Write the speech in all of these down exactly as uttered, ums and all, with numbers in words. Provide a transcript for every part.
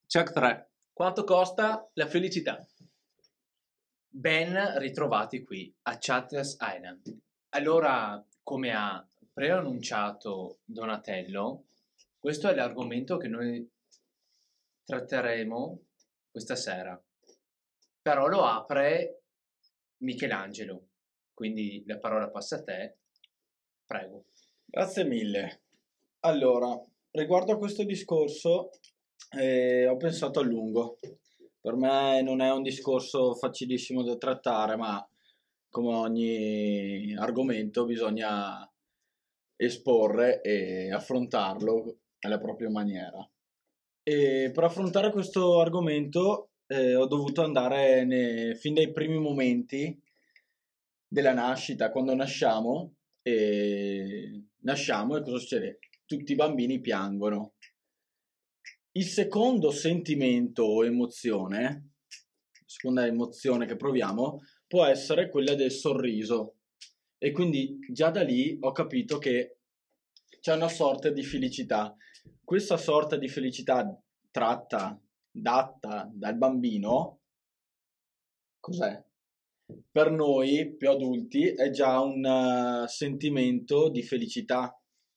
Check tre. Quanto costa la felicità? Ben ritrovati qui a Chatter's Island. Allora, come ha preannunciato Donatello, questo è l'argomento che noi tratteremo questa sera. Però lo apre Michelangelo, quindi la parola passa a te. Prego. Grazie mille. Allora, riguardo a questo discorso, eh, ho pensato a lungo. Per me non è un discorso facilissimo da trattare, ma come ogni argomento bisogna esporre e affrontarlo alla propria maniera. E per affrontare questo argomento eh, ho dovuto andare ne, fin dai primi momenti della nascita, quando nasciamo, e nasciamo e cosa succede? Tutti i bambini piangono. Il secondo sentimento o emozione, la seconda emozione che proviamo, può essere quella del sorriso. E quindi già da lì ho capito che c'è una sorta di felicità. Questa sorta di felicità tratta, data dal bambino, cos'è? Per noi più adulti è già un uh, sentimento di felicità.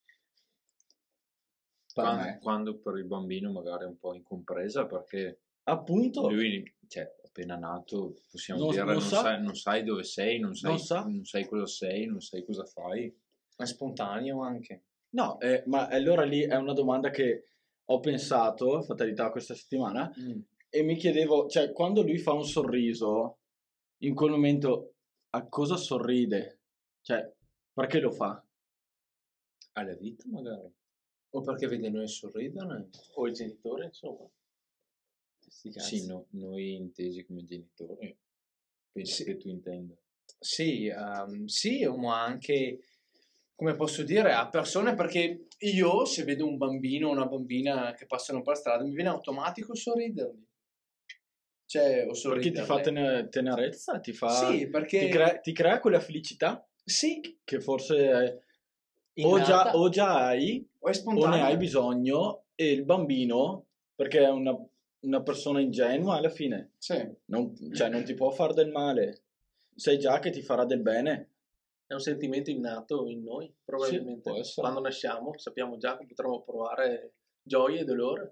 Per Quando, me. quando per il bambino magari è un po' incompresa, perché Appunto, lui, cioè, appena nato, possiamo Non- dire, non non, sa. sai, non sai dove sei, non sai, Non sa. non sai cosa sei, non sai cosa fai. È spontaneo anche. no, eh, ma allora lì è una domanda che ho pensato, fatalità questa settimana, Mm. e mi chiedevo, cioè, quando lui fa un sorriso, in quel momento a cosa sorride? Cioè, perché lo fa? Alla vita magari. O perché vede noi sorridere, o il genitore, insomma. Sti cazzi. Sì, no, noi intesi come genitori, penso Sì. che tu intenda. Sì, ehm, sì, ma anche, come posso dire, a persone, perché io se vedo un bambino o una bambina che passano per strada mi viene automatico sorriderli. Cioè, o Perché sorriderle. ti fa tene- tenerezza? Ti fa... Sì, perché... Ti crea, ti crea quella felicità Sì, che forse eh, o, già, innata, o già hai o è o spontanea. ne hai bisogno, e il bambino, perché è una, una persona ingenua alla fine, Sì. non, cioè non ti può fare del male, sai già che ti farà del bene. È un sentimento innato in noi, probabilmente. può essere. Quando nasciamo sappiamo già che potremo provare gioia e dolore.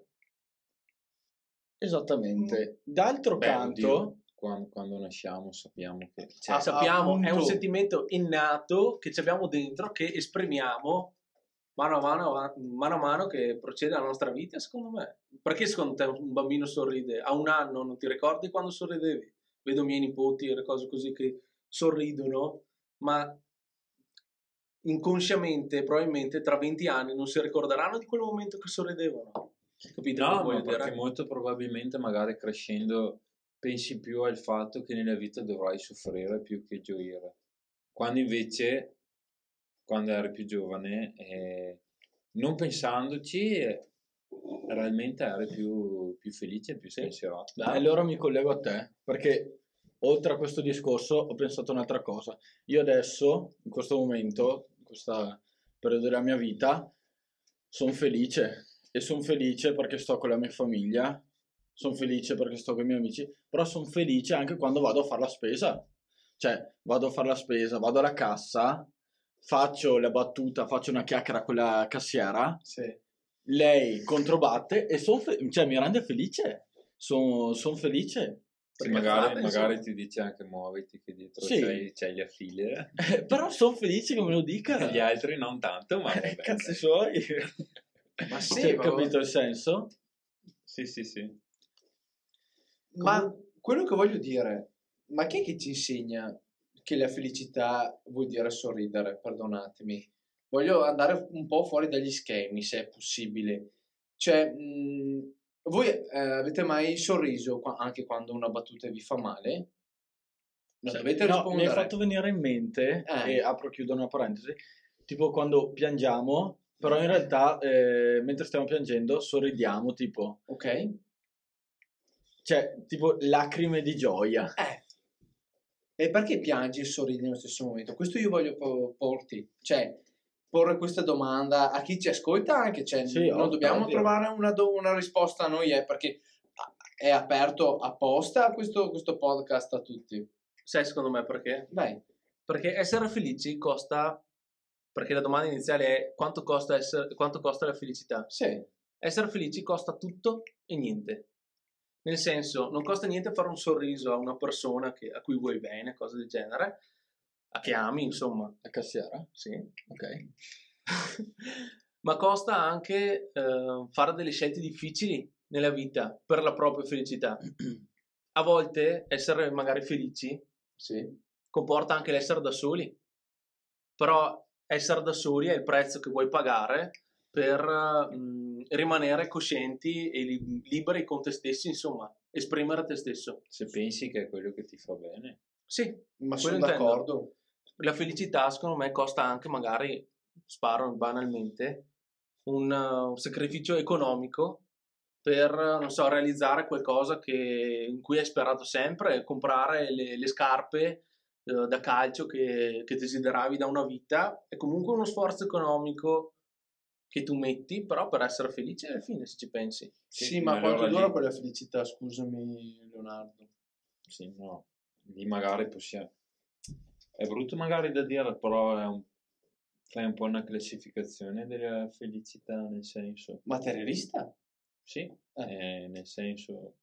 Esattamente. D'altro Beh, canto, oddio, quando, quando nasciamo sappiamo che... Cioè, Ah, sappiamo, è un appunto. sentimento innato che ci abbiamo dentro, che esprimiamo mano a mano, mano a mano che procede la nostra vita, secondo me. Perché secondo te un bambino sorride? A un anno non ti ricordi quando sorridevi? Vedo i miei nipoti e le cose così che sorridono, ma inconsciamente, probabilmente tra venti anni non si ricorderanno di quel momento che sorridevano. Capite? No, cosa ma voglio perché dire? molto probabilmente magari crescendo pensi più al fatto che nella vita dovrai soffrire più che gioire. Quando invece, quando eri più giovane, eh, non pensandoci, eh, realmente eri più, più felice e più spensierato. e allora mi collego a te, perché oltre a questo discorso ho pensato a un'altra cosa. Io adesso, in questo momento, in questo periodo della mia vita, sono felice, e sono felice perché sto con la mia famiglia, sono felice perché sto con i miei amici, però sono felice anche quando vado a fare la spesa. Cioè, vado a fare la spesa, vado alla cassa, faccio la battuta, faccio una chiacchiera con la cassiera, Sì. lei controbatte e son fe- cioè, mi rende felice. Sono son felice. Sì, Perché magari, fate, magari insomma. ti dice anche muoviti, che dietro Sì. c'hai, c'hai le affile. Però sono felice che me lo dica. Gli altri non tanto, ma Eh, vabbè, cazzi dai. suoi. Ma sì, Cioè, ma- capito il senso? Sì, sì, sì. Ma quello che voglio dire, ma chi è che ci insegna che la felicità vuol dire sorridere? Perdonatemi. Voglio andare un po' fuori dagli schemi, se è possibile. Cioè, mh, voi eh, avete mai sorriso qua- anche quando una battuta vi fa male? Non Cioè, dovete no, rispondere. mi hai fatto venire in mente, Eh. e apro e chiudo una parentesi, tipo quando piangiamo, però in realtà eh, mentre stiamo piangendo sorridiamo, tipo, Ok? cioè, tipo lacrime di gioia. Eh. E perché piangi e sorridi nello stesso momento? Questo io voglio po- porti, cioè porre questa domanda a chi ci ascolta anche, cioè Sì, non ovvio, dobbiamo ovvio. trovare una, do- una risposta a noi, eh, perché è aperto apposta questo, questo podcast a tutti. Sai secondo me perché? Dai. Perché essere felici costa, perché la domanda iniziale è quanto costa, essere, quanto costa la felicità? Sì. Essere felici costa tutto e niente. Nel senso, non costa niente fare un sorriso a una persona che, a cui vuoi bene, cose del genere, a che ami, insomma. La cassiera? Sì. Ok. Ma costa anche eh, fare delle scelte difficili nella vita per la propria felicità. A volte essere magari felici Sì. comporta anche l'essere da soli, però essere da soli è il prezzo che vuoi pagare per mh, rimanere coscienti e li- liberi con te stessi, insomma, esprimere te stesso. Se pensi che è quello che ti fa bene. Sì, Ma quello sono intendo. d'accordo. La felicità, secondo me, costa anche, magari, sparo banalmente, un, uh, un sacrificio economico per, non so, realizzare qualcosa che, in cui hai sperato sempre, comprare le, le scarpe eh, da calcio che, che desideravi da una vita. È comunque uno sforzo economico che tu metti, però per essere felice alla fine, se ci pensi. Sì, Sì, ma, ma quanto allora dura lì- quella felicità, scusami Leonardo? Sì, no. Lì magari possiamo... È brutto magari da dire, però è un... fai un po' una classificazione della felicità, nel senso... Materialista? Sì, eh, nel senso...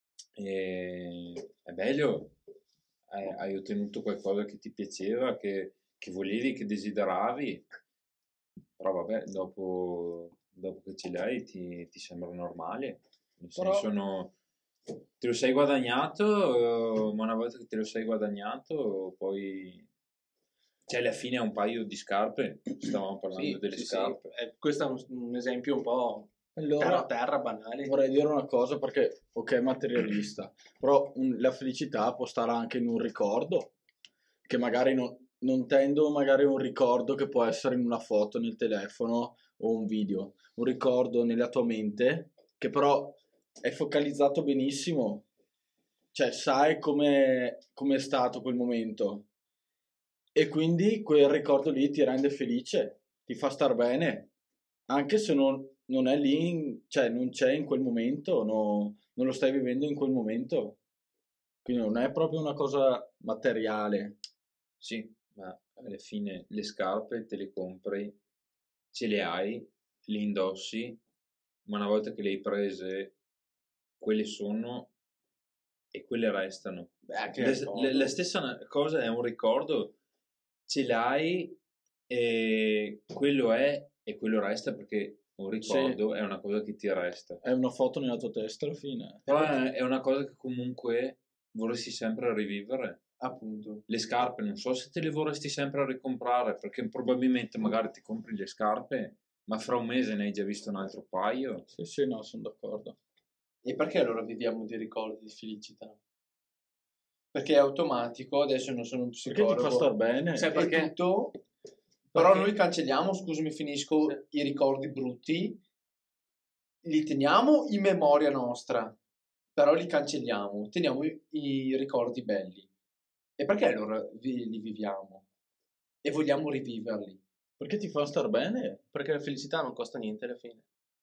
eh, è bello, hai, hai ottenuto qualcosa che ti piaceva, che, che volevi, che desideravi, però vabbè, dopo, dopo che ce l'hai ti, ti sembra normale, nel Però- senso no, te lo sei guadagnato, eh, ma una volta che te lo sei guadagnato poi... Cioè alla fine è un paio di scarpe, stavamo parlando Sì, delle sì, sì. scarpe. Eh, questo è un, un esempio un po' Allora, terra a terra, banale. vorrei dire una cosa perché, ok, materialista, però un- la felicità può stare anche in un ricordo, che magari non, non tendo magari un ricordo che può essere in una foto nel telefono o un video, un ricordo nella tua mente che però è focalizzato benissimo, cioè sai come come è stato quel momento e quindi quel ricordo lì ti rende felice, ti fa star bene, anche se non, non è lì, in- cioè non c'è in quel momento, no- non lo stai vivendo in quel momento. Quindi non è proprio una cosa materiale. Sì, ma alla fine le scarpe te le compri, ce le hai, le indossi, ma una volta che le hai prese, quelle sono e quelle restano. Beh, anche Le- il ricordo. le- la stessa cosa è un ricordo, ce l'hai e quello è e quello resta perché un ricordo è una cosa che ti resta. È una foto nella tua testa alla fine. Però è è una cosa che comunque vorresti sempre rivivere. Appunto. Le scarpe, non so se te le vorresti sempre ricomprare, perché probabilmente magari ti compri le scarpe, ma fra un mese ne hai già visto un altro paio. Sì, sì, no, sono d'accordo. E perché allora viviamo di ricordi di felicità? Perché è automatico, adesso non sono un Perché psicologo. ti fa star bene. Sai è perché? tutto, però Perché? noi cancelliamo, scusami, finisco, Sì. i ricordi brutti, li teniamo in memoria nostra, però li cancelliamo, teniamo i, i ricordi belli. E perché allora vi- li viviamo? E vogliamo riviverli? Perché ti fa star bene. Perché la felicità non costa niente alla fine.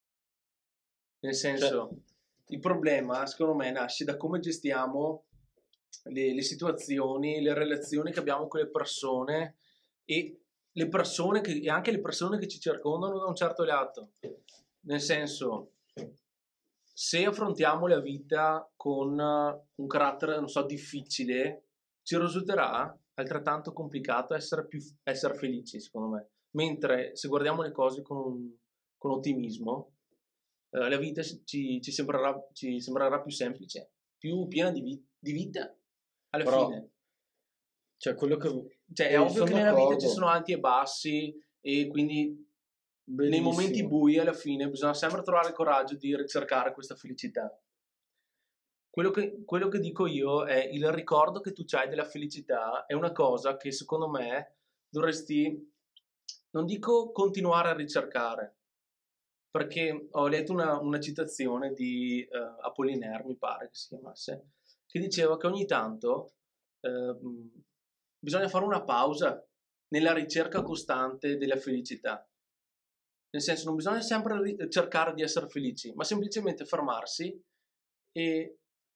Nel senso, il problema, secondo me, nasce da come gestiamo le, le situazioni, le relazioni che abbiamo con le persone e le persone che, e anche le persone che ci circondano da un certo lato. Nel senso, se affrontiamo la vita con un carattere, non so, difficile, ci risulterà altrettanto complicato essere, più, essere felici, secondo me. Mentre se guardiamo le cose con, con ottimismo, eh, la vita ci, ci, sembrerà, ci sembrerà più semplice, più piena di, vi- di vita, alla Però, fine. cioè, quello che... Cioè, è eh, ovvio sono che nella vita d'accordo. ci sono alti e bassi e quindi nei Benissimo. momenti bui alla fine bisogna sempre trovare il coraggio di ricercare questa felicità. Quello che, quello che dico io è il ricordo che tu hai della felicità è una cosa che secondo me dovresti, non dico continuare a ricercare, perché ho letto una, una citazione di uh, Apollinaire, mi pare che si chiamasse, che diceva che ogni tanto eh, bisogna fare una pausa nella ricerca costante della felicità. Nel senso, non bisogna sempre ri- cercare di essere felici, ma semplicemente fermarsi e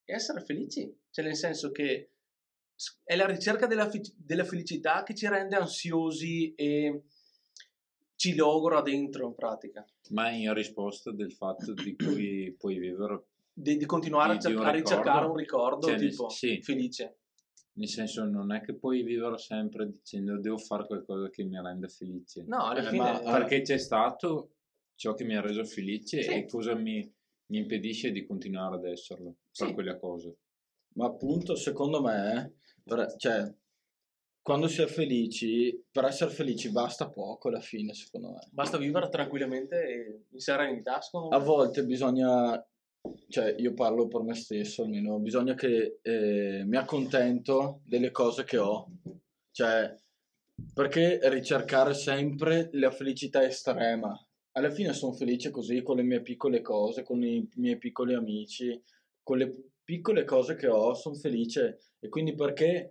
è essere felici, cioè nel senso che è la ricerca della, fi- della felicità che ci rende ansiosi e ci logora dentro in pratica. Ma in risposta del fatto di cui puoi vivere di, di continuare di, a, cer- di un a ricercare ricordo, un ricordo cioè, nel- tipo sì. felice. Nel senso, non è che puoi vivere sempre dicendo devo fare qualcosa che mi renda felice. No, alla Eh, fine ma- Perché c'è stato ciò che mi ha reso felice Sì. e cosa mi, mi impedisce di continuare ad esserlo per Sì. quella cosa. Ma appunto, secondo me, per- cioè, quando si è felici, per essere felici basta poco alla fine, secondo me. basta vivere tranquillamente e in serenità, secondo A me. volte bisogna, cioè io parlo per me stesso almeno, bisogna che eh, mi accontento delle cose che ho. Cioè, perché ricercare sempre la felicità estrema? Alla fine sono felice così con le mie piccole cose, con i miei piccoli amici, con le piccole cose che ho, sono felice. E quindi perché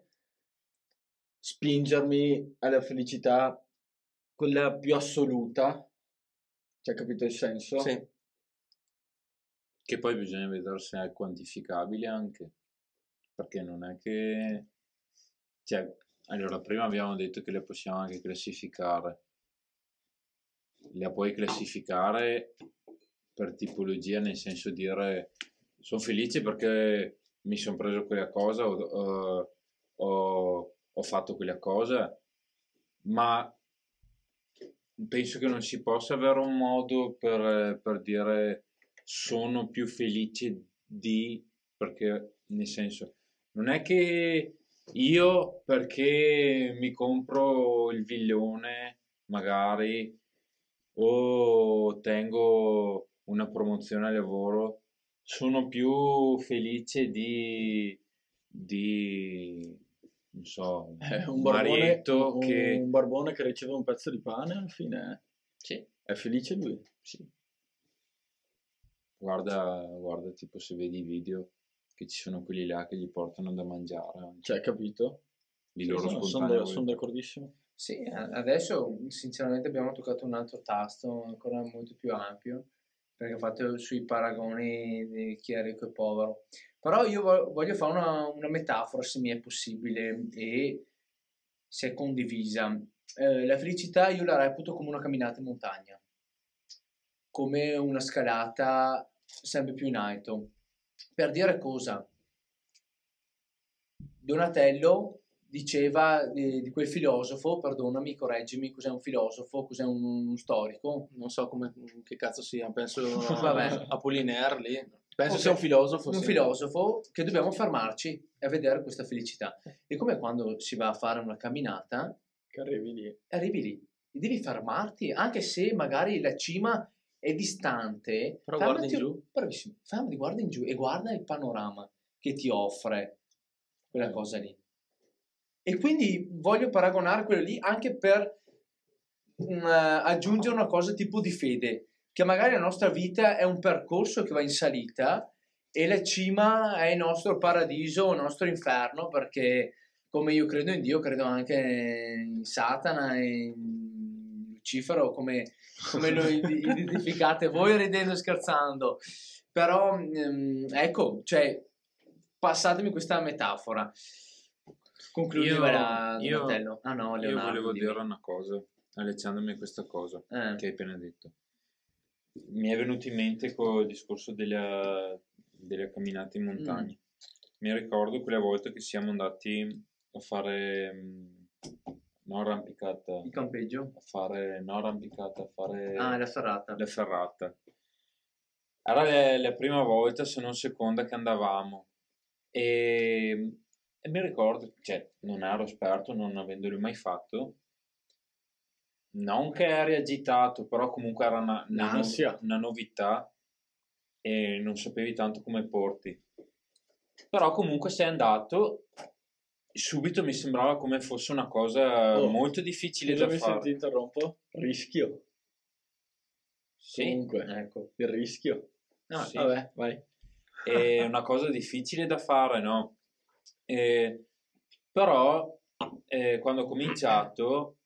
spingermi alla felicità, quella più assoluta? Cioè, capito il senso? Sì. Che poi bisogna vedere se è quantificabile anche. Perché non è che... Cioè, allora, prima abbiamo detto che le possiamo anche classificare. Le puoi classificare per tipologia, nel senso dire sono felice perché mi sono preso quella cosa o, o- o- ho fatto quella cosa, ma penso che non si possa avere un modo per, per dire sono più felice di, perché nel senso non è che io perché mi compro il villone magari o tengo una promozione al lavoro sono più felice di di non so Eh, un barbone, Marietto un, che un barbone che riceve un pezzo di pane alla fine Sì. è felice lui. sì. Guarda, guarda tipo se vedi i video che ci sono quelli là che gli portano da mangiare anche, Cioè, capito? di Sì, loro sono, spontanea sono, sono volontà. d'accordissimo. Sì, a- adesso sinceramente abbiamo toccato un altro tasto ancora molto più ampio, perché ho fatto sui paragoni di chi è ricco e povero. Però io vo- voglio fare una, una metafora, se mi è possibile, e se è condivisa. Eh, la felicità io la reputo come una camminata in montagna, come una scalata sempre più in alto. Per dire cosa? Donatello diceva di, di quel filosofo, perdonami, correggimi, cos'è un filosofo, cos'è un, un storico? Non so come, che cazzo sia, penso Vabbè. Apollinaire lì. Penso Ok, sia un filosofo. Un sì. filosofo che dobbiamo fermarci a vedere questa felicità. E come quando si va a fare una camminata, Che arrivi lì. arrivi lì, devi fermarti, anche se magari la cima è distante. Però fermati guardi in un- giù. Bravissimo, fermati, guarda in giù e guarda il panorama che ti offre quella cosa lì. E quindi voglio paragonare quello lì anche per mm, aggiungere una cosa tipo di fede, che magari la nostra vita è un percorso che va in salita e la cima è il nostro paradiso, il nostro inferno, perché come io credo in Dio, credo anche in Satana e in Lucifero, come, come lo identificate voi ridendo e scherzando. Però mm, ecco, cioè, passatemi questa metafora. Concludeva Io- Donatello. Ah no, Io Leonardo. volevo dimmi. dire una cosa, allacciandomi a questa cosa Eh. che hai appena detto. Mi è venuto in mente col discorso della, delle camminate in montagna. Mi ricordo quella volta che siamo andati a fare, mh, non arrampicata, Il campeggio? a fare, non arrampicata, a fare Ah, la ferrata. la ferrata. Era la, la prima volta, se non seconda, che andavamo. E, e mi ricordo, cioè, non ero esperto, non avendolo mai fatto. Non che eri agitato, però comunque era una, una, no- L'ansia. una novità e non sapevi tanto come porti. Però comunque sei andato, subito mi sembrava come fosse una cosa Oh, molto difficile da Scusami se fare. ti interrompo. Rischio. Sì, Comunque, Ecco. il rischio. No, sì. Vabbè, vai. È una cosa difficile da fare, no? E, però eh, quando ho cominciato,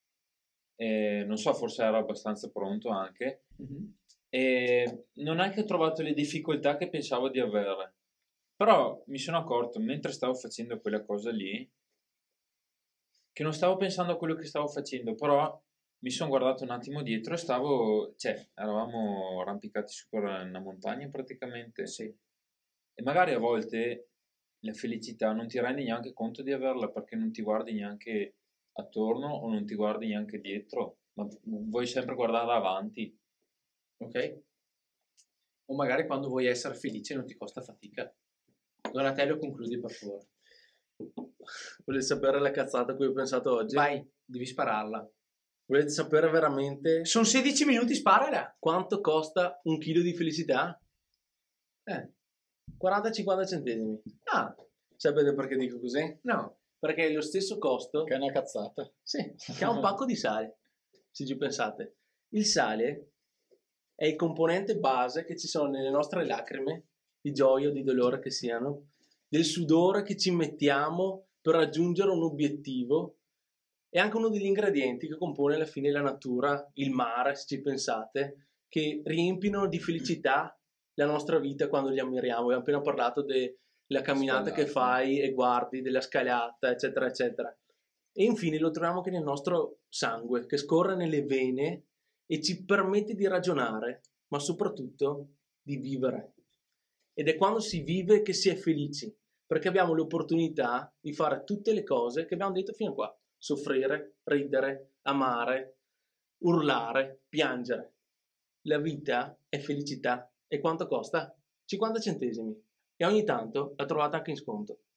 eh, non so, forse ero abbastanza pronto anche, Mhm. e non è che ho trovato le difficoltà che pensavo di avere. Però mi sono accorto, mentre stavo facendo quella cosa lì, che non stavo pensando a quello che stavo facendo, però mi sono guardato un attimo dietro e stavo, cioè, eravamo arrampicati su per una montagna praticamente. Sì. E magari a volte la felicità non ti rendi neanche conto di averla perché non ti guardi neanche attorno o non ti guardi neanche dietro, ma vuoi sempre guardare avanti. Ok? O magari quando vuoi essere felice non ti costa fatica. Donatello, concludi per favore. Volete sapere la cazzata a cui ho pensato oggi? Vai, devi spararla. Volete sapere veramente Sono sedici minuti, sparala. quanto costa un chilo di felicità? Eh, quaranta cinquanta centesimi. ah, Sapete perché dico così? no. Perché è lo stesso costo Che è una cazzata. sì, che ha un pacco di sale, se ci pensate. Il sale è il componente base che ci sono nelle nostre lacrime, di gioia o di dolore che siano, del sudore che ci mettiamo per raggiungere un obiettivo. È anche uno degli ingredienti che compone alla fine la natura, il mare, se ci pensate, che riempiono di felicità la nostra vita quando li ammiriamo. Abbiamo appena parlato della camminata Scalata. che fai e guardi, della scalata, eccetera, eccetera. E infine lo troviamo anche nel nostro sangue, che scorre nelle vene e ci permette di ragionare, ma soprattutto di vivere. Ed è quando si vive che si è felici, perché abbiamo l'opportunità di fare tutte le cose che abbiamo detto fino a qua. Soffrire, ridere, amare, urlare, piangere. La vita è felicità. E quanto costa? cinquanta centesimi. E ogni tanto la trovate anche in sconto.